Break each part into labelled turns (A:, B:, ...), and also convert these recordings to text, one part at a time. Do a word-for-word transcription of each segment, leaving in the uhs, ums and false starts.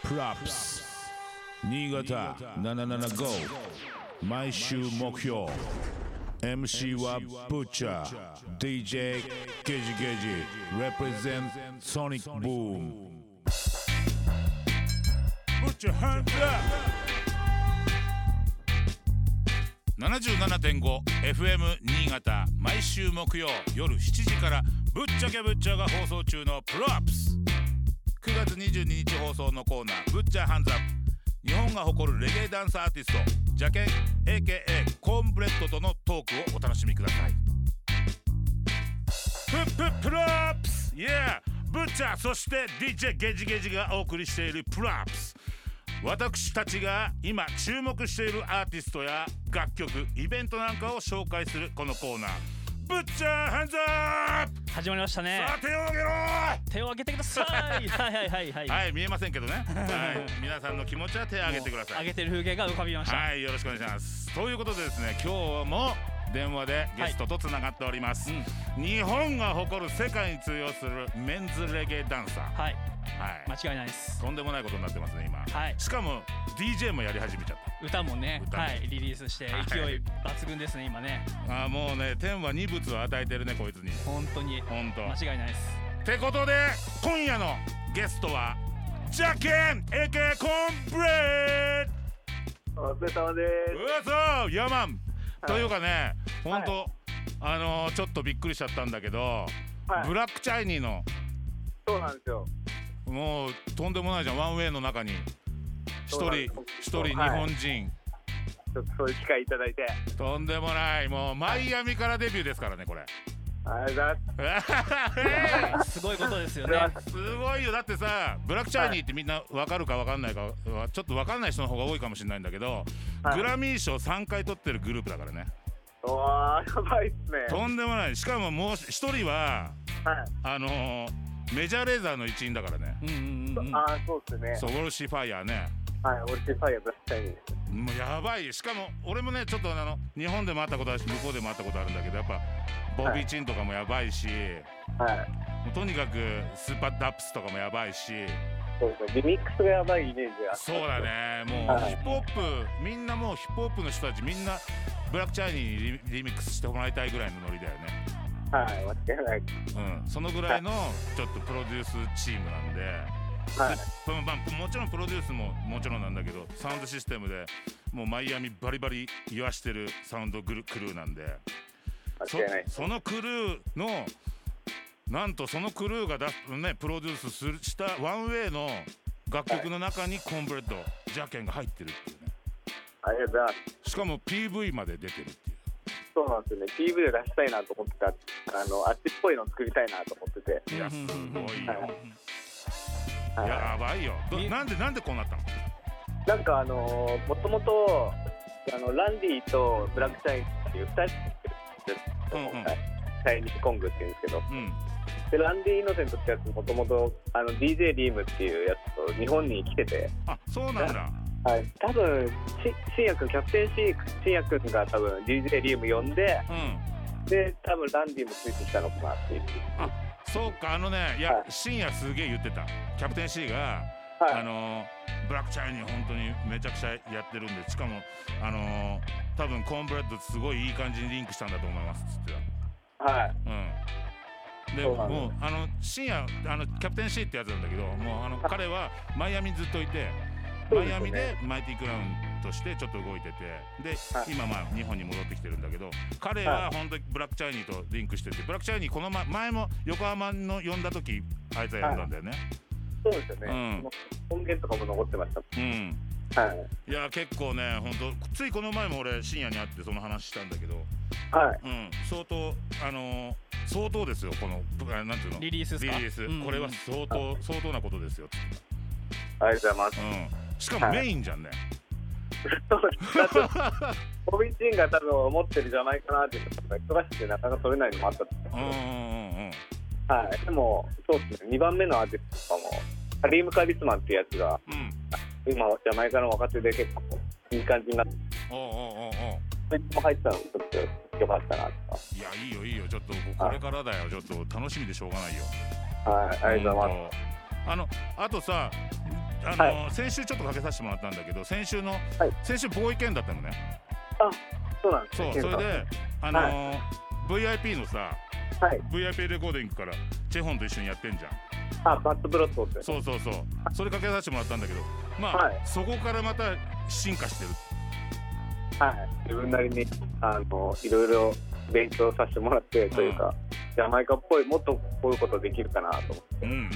A: プラップス新潟ななななご毎週目標 エムシー はブッチャー ディージェー ゲジゲジ represent Sonic Boom ブッチャーハンズアップ ななじゅうななてんごエフエム 新潟毎週木曜夜しちじからぶっちゃけぶっちゃが放送中のプロアップスくがつにじゅうににち放送のコーナーぶっちゃハンズアップ日本が誇るレゲエダンスアーティストジャケン エーケーエー コーンブレッドとのトークをお楽しみください。プッププロアップスイエーぶっちゃそして ディージェー ゲジゲジがお送りしているプロアップス私たちが今注目しているアーティストや楽曲イベントなんかを紹介するこのコーナーぶっちゃハンズアップ
B: 始まりましたね。
A: さあ手を挙げろ
B: 手を挙げてくださいはいはいはいはい
A: はい見えませんけどね、はい、皆さんの気持ちは手を挙げてください。
B: 挙げてる風景が浮かびました。
A: はいよろしくお願いします。ということでですね今日も電話でゲストとつながっております、はいうん、日本が誇る世界に通用するメンズレゲエダンサー
B: はい、
A: はい、
B: 間違いないです。
A: とんでもないことになってますね今、
B: はい、
A: しかも ディージェー もやり始めちゃった。
B: 歌もね
A: 歌も
B: はいリリースして勢い抜群ですね、はい、今ね
A: あもうね天は二物を与えてるねこいつに
B: 本当に
A: 本当
B: 間違いないです。
A: ってことで今夜のゲストはジャケン エーケー コーンブレッド
C: お疲れ様です。
A: うわそうヤマン、はい、というかね本当、はい、あのー、ちょっとびっくりしちゃったんだけど、はい、ブラックチャイニーの
C: そうなんですよ。
A: もうとんでもないじゃんワンウェイの中に一人一人日本人、はい、
C: ちょっとそういう機会いただいて
A: とんでもないもうマイアミからデビューですからねこれ。
C: ありがとうございます
B: すごいことですよね。
A: すごいよだってさブラックチャイニーってみんな分かるか分かんないかちょっと分かんない人の方が多いかもしれないんだけど、はい、グラミー賞さんかい取ってるグループだからね。
C: わーやばいっすね。
A: とんでもない。しかももう一人は、はい、あのー、メジャーレーザーの一員だからね。
C: うんうんうん、ああそうっすね。
A: そうウォルシーファイヤーね。
C: はいウォルシーファイヤーブラックチャイニー
A: もうやばい。しかも俺もねちょっとあの日本でも会ったことあるし向こうでも会ったことあるんだけどやっぱボビーチンとかもやばいし、はい、もうとにかくスーパーダップスとかもやばいし
C: そうそうリミックスがやばいイメージが。
A: そうだねもう、はい、ヒップホップみんなもうヒップホップの人たちみんなブラックチャイニーに リ, リミックスしてもらいたいぐらいのノリだよね。
C: はい間違いない、
A: うん、そのぐらいのちょっとプロデュースチームなんで、はいまあ、もちろんプロデュースももちろんなんだけどサウンドシステムでもうマイアミバリバリ言わしてるサウンドグルクルーなんで そ, そのクルーのなんとそのクルーがだ、ね、プロデュースするしたワンウェイの楽曲の中にコーンブレッド、はい、ジャケンが入ってるっていうね。
C: ありがとうございます。
A: しかも ピーブイ まで出てるっていう。
C: そうなんですよね ピーブイ で出したいなと思ってたあのあっちっぽいの作りたいなと思ってて。
A: いやすごいよ、
C: はい、
A: やばいよ。なんでなんでこうなったの。
C: なんかあのー、もともとあのランディとブラックチャイニーっていうふたりうんうん、チャイニーコングっていうんですけど、うん、でランディ・イノセントってやつもともと ディージェー リームっていうやつと日本に来てて。
A: あそうなんだ。
C: はい、多分しんやくんキャプテン C しんやくんが多分 ディージェー リーム呼んで、うん、で多分ランディもついてきたのかなっていう。
A: あそうかあのねいや、はい、しんやすげえ言ってたキャプテン C が、はい、あのブラックチャイニー本当にめちゃくちゃやってるんでしかもあのー、多分コーンブレッドすごいいい感じにリンクしたんだと思いますっつって
C: た。はい、
A: うん、でもうあの深夜あのキャプテン C ってやつなんだけどもうあの彼はマイアミにずっといてマイアミでマイティクラウンとしてちょっと動いててで、はい、今まあ日本に戻ってきてるんだけど彼は本当にブラックチャイニーとリンクしててブラックチャイニーこの前前も横浜の呼んだ時あいつは呼んだんだよね、はい、
C: そうですよね、うん、音源とかも残ってましたうんはい、
A: いや結構ね本当ついこの前も俺深夜に会ってその話したんだけど、
C: はい
A: うん、相当あのー、相当ですよこのなんていうの
B: リリースですか。
A: リリース、うんうん、これは相当、はい、相当なことですよ。
C: ありがとうございます、
A: うん、しかもメインじゃんね、
C: はい、ボビーチンが多分思ってるじゃないかなって忙しくてなかなか取れないのもあったんですけど、うんうんうん、はい、でもそうですねにばんめのアーティストとかもカリーム・カリスマっていうやつが、うん、今ジャマイカの若手で結構いい感じになっておうおうおうおうそいつも入ってたのちょっとよかったなとか。
A: いやいいよいいよちょっとこれからだよちょっと楽しみでしょうがないよ。
C: はいありがとうございます。
A: あのあとさあの、はい、先週ちょっとかけさせてもらったんだけど、先週の、はい、先週ボーイケンだったのね。
C: あ、そうなんですね。
A: そう、それであのーはい、ブイアイピー のさ、はい、ブイアイピー レコーディングからチェホンと一緒にやってんじ
C: ゃん。あ、バッドブロッドって。
A: そうそうそう。それかけさせてもらったんだけど、まあ、はい、そこからまた進化してる。
C: はい、自分なりにあのいろいろ勉強させてもらってというか、うん、ジャマイカっぽいもっとこういうことできるかなと思って、うんうんうん、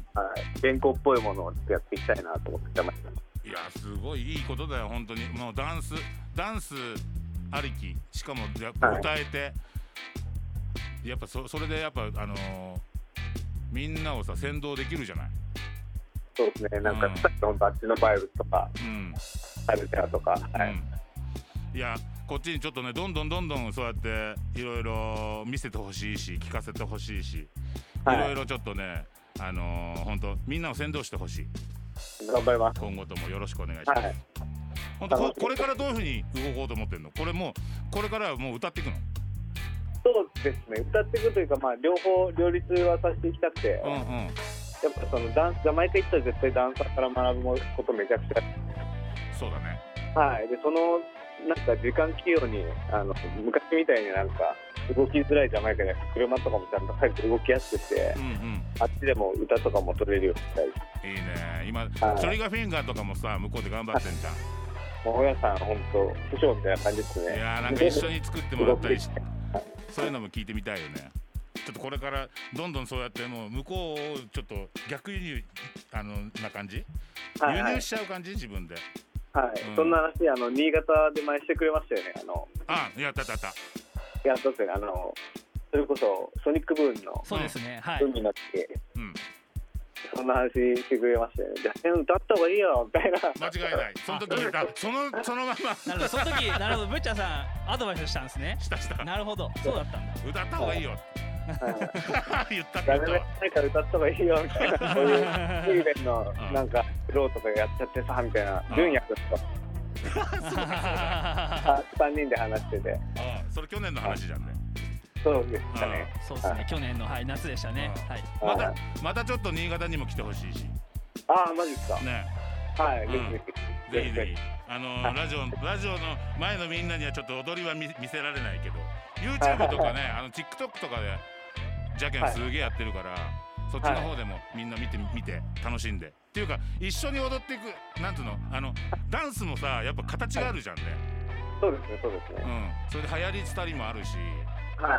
C: はい、原稿っぽいものをやっていきたいなと思ってジャマイカ。
A: いやすごいいいことだよ本当に。もうダンスダンスありき、しかもやっぱ歌えて、はい、やっぱ そ, それでやっぱあのー、みんなをさ先導できるじゃない。
C: そうですね、なんか、うん、本当あっちのバイブスとか、うん、カルチャーとか、はい、うん、
A: いやこっちにちょっとねどんどんどんどんそうやっていろいろ見せてほしいし聞かせてほしいし、いろいろちょっとねあのー、本当みんなを先導してほしい。
C: 頑張ります。
A: 今後ともよろしくお願いします。はい、本当 こ, これからどういうふうに動こうと思ってるの？これもうこれからはもう歌っていくの？
C: そうですね、歌っていくというか、まあ両方両立はさせていきたくて、うんうん、やっぱそのダンスジャマイカ行ったら絶対ダンサーから学ぶことめちゃくちゃ。
A: そうだね。
C: はい。でそのなんか時間器用にあの昔みたいになんか動きづらいジャマイカで車とかもちゃんと早く動きやすくして、うんうん、あっちでも歌とかも取れるようにしたい。
A: いいね。今、はい、トリガーフィンガーとかもさ向こうで頑張ってんじゃん。
C: もう親さん本当師匠みたいな感じですね。
A: いやーなんか一緒に作ってもらったりしてそういうのも聞いてみたいよね。ちょっとこれからどんどんそうやってもう向こうをちょっと逆輸入あのな感じ、はいはい、輸入しちゃう感じ自分で。
C: はい、うん、そんな話あの新潟で前してくれましたよね。あの
A: あやったやったやった
C: やったっすね。あのそれこそソニックブーンの
B: そうですね、はい、
C: 海の地、うん、そんな話してくれましたよね。じゃあ歌った方がいいよみたいな。
A: 間違いない。その時に歌そのそのまま
B: なるほどその時なるほどブッチャーさんアドバイスしたんですね。
A: したした
B: なるほどそうだったんだ。
A: 歌った方がいいよ、はい言った
C: 誰もないから歌った方がいいよみたいなそういうフリベンのなんかローとかやっちゃってさみたいな純也君とさんにんで話してて。
A: ああそれ去年の話じゃんね。
C: そうでしたね。
B: そうですね、去年の、はい、夏でしたね。はい、
A: またまたちょっと新潟にも来てほしいし。
C: ああマジですか。
A: ね。
C: はい、うん、
A: ぜひぜひぜひあのー、ラジオラジオの前のみんなにはちょっと踊りは 見, 見せられないけど YouTube とかねあの TikTok とかでジャケンすげえやってるから、はい、そっちの方でもみんな見て見て楽しんでっていうか一緒に踊っていくなんていうのあのダンスもさやっぱ形があるじゃんね。
C: そうですねそうですね。
A: うん。それで流行り廃りもあるし。はい、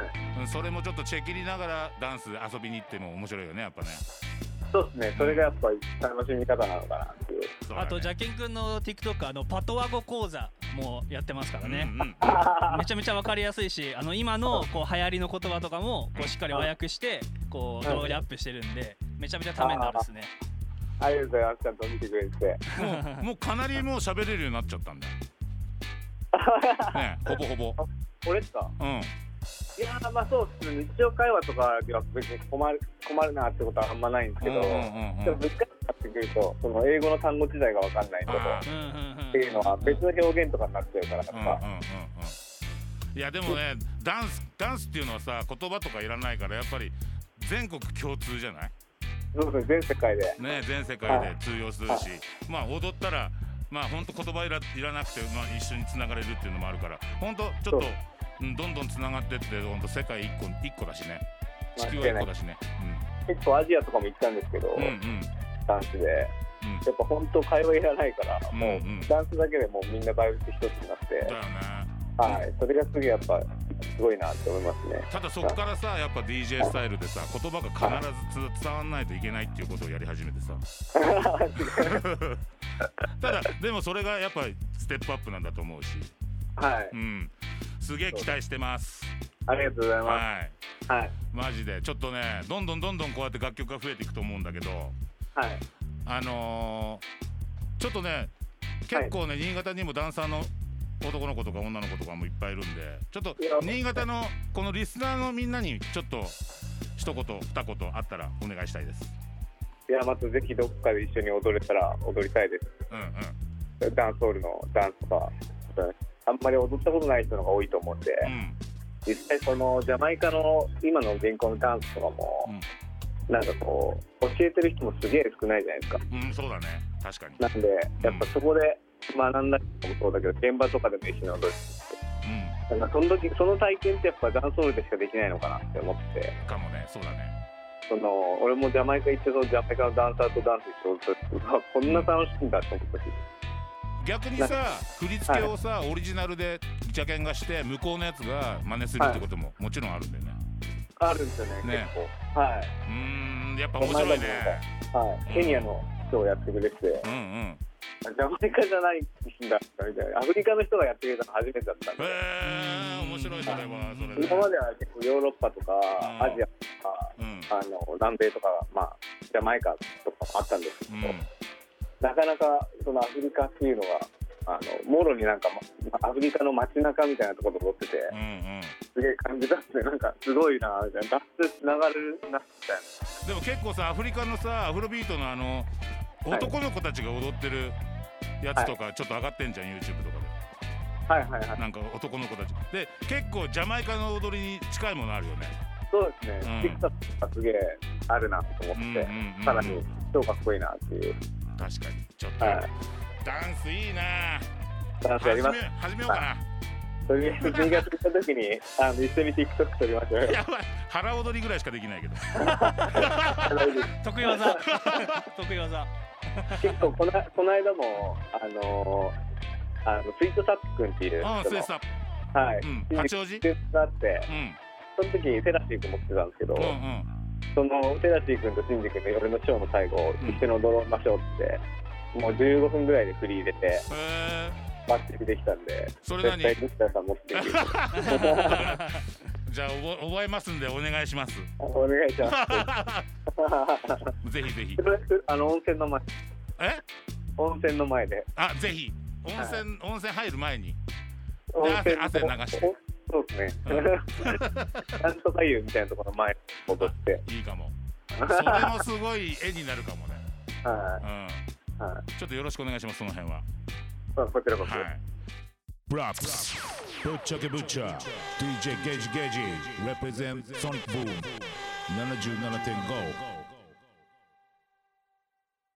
A: それもちょっとチェキりながらダンス遊びに行っても面白いよねやっぱね。
C: そうですね、それがやっぱり楽しみ方なのかなっていう。
B: うん、あとジャケン君の TikTok あのパトワ語講座もやってますからね、うんうん、めちゃめちゃ分かりやすいしあの今のこう流行りの言葉とかもこうしっかり和訳してこう動画でアップしてるんねめちゃめちゃためになるですね。
C: ありがとうございます。ちゃんと見てくれて
A: もう、もうかなりもう喋れるようになっちゃったんだよねほぼほぼ。
C: 俺ですか。
A: うん。
C: いやーまあそうですね、日常会話とかでは別に困る困るなってことはあんまないんですけど、でも難しくなってくるとその英語の単語自体が分かんないとかっていうのは別の表現とかになっちゃうからとか。
A: いやでもねダンスダンスっていうのはさ言葉とかいらないからやっぱり全国共通じゃない。
C: そうですね全世界で
A: ね全世界で通用するし、まあ踊ったらまあ本当言葉いらいらなくてまあ一緒につながれるっていうのもあるから本当ちょっとうん、どんどんつながってって本当世界一個一個だしね地球は一個だしね、
C: うん、結構アジアとかも行ったんですけど、うんうん、ダンスで、うん、やっぱ本当会話いらないから、うんうん、もうダンスだけでもうみんなバイブス一つになってだよね、はい、それがすげえやっぱすごいなって思いますね。
A: ただそこからさやっぱ ディージェー スタイルでさ言葉が必ず伝わんないといけないっていうことをやり始めてさただでもそれがやっぱりステップアップなんだと思うし、
C: はい、
A: うん、すげえ期待してます。
C: ありがとうございます。
A: はい、はい、マジでちょっとねどんどんどんどんこうやって楽曲が増えていくと思うんだけど、はい、あのー、ちょっとね結構ね、はい、新潟にもダンサーの男の子とか女の子とかもいっぱいいるんでちょっと新潟のこのリスナーのみんなにちょっと一言二言あったらお願いしたいです。
C: いやまたぜひどっかで一緒に踊れたら踊りたいです。うんうん、ダンスホールのダンスとかあんまり踊ったことない人のが多いと思うんで、うん、実際そのジャマイカの今の現行のダンスとかも、うん、 なんかこう教えてる人もすげえ少ないじゃないですか。
A: うん、そうだね、確かに。
C: なんでやっぱそこで学んだのもそうだけど、現場とかでも一緒に踊るって、うん、なんかその時その体験ってやっぱダンスホールでしかできないのかなって思って
A: かもね。そうだね。
C: その俺もジャマイカ行って、そのジャマイカのダンサーとダンス一緒に踊るってこんな楽しいんだと思ったし、
A: 逆にさ振り付けをさ、はい、オリジナルでジャケンがして向こうのやつが真似するってことももちろんあるんだよね。
C: あるんですよね、
A: ね、
C: 結構。はい。
A: うーん、やっぱ面白いね。
C: はい。ケニアの人をやってくれて、うんうん、ジャマイカじゃないんだみたいな、アフリカの人がやってくれたの初めてだったんで。へ
A: えー、面白いそれはそれで。
C: 今までは結構ヨーロッパとか、うん、アジアとか、うん、あの南米とか、まあジャマイカとかもあったんですけど、うん、なかなかそのアフリカっていうのは。あのもろになんか、ま、アフリカの街中みたいなところで踊ってて、うんうん、すげえ感じたんで、なんかすごいなみたいな、ダンスつながるなみたいな。
A: でも結構さ、アフリカのさアフロビートのあの男の子たちが踊ってるやつとかちょっと上がってんじゃん、はい、YouTube とかで。
C: はいはいはい。
A: なんか男の子たちで結構ジャマイカの踊りに近いものあるよね。
C: そうですね。TikTok、うん、がすげえあるなと思って、うんうんうんうん、さらに超かっこいいなっていう。
A: 確かにちょっと、はい、ダンスいいな。
C: ダンスやります。
A: 始めようかな。
C: とりあえずにがつ行った時にあの一緒に TikTok 撮りましょう。
A: やばい。腹踊りぐらいしかできないけど。
B: 得意技。得意技。
C: 結構このこの間もあのー、あのスイートサップ君っていう。
A: ああ、スイートサップ。
C: はい。
A: うん。八王子。
C: があって、うん、その時にテラシー君持ってたんですけど、うんうん、そのテラシー君とシンジ君の夜のショーの最後、うん、一緒に踊りましょうって。もうじゅうごふんぐらいで振り入れて、バッチリできたんで、
A: それ何？
C: 絶対西田さん持っていく。
A: じゃあ覚えますんでお願いします。
C: お願いします。
A: ぜひぜひ。
C: あの温泉の前。
A: え？
C: 温泉の前で。
A: あ、ぜひ。温泉、はい、温泉入る前に。
C: 温
A: 泉汗流して。
C: そうですね。なんとか湯みたいなところの前に戻って。
A: いいかも。それもすごい絵になるかもね。
C: はい。うん。
A: はい、ちょっとよろしくお願いします、その辺は。
C: あ、こちらこそ。
A: ブラックス、ぶっちゃけぶっちゃ、ディージェー ゲージゲージ、レプレゼントソニックブーム、ななじゅうななてんご。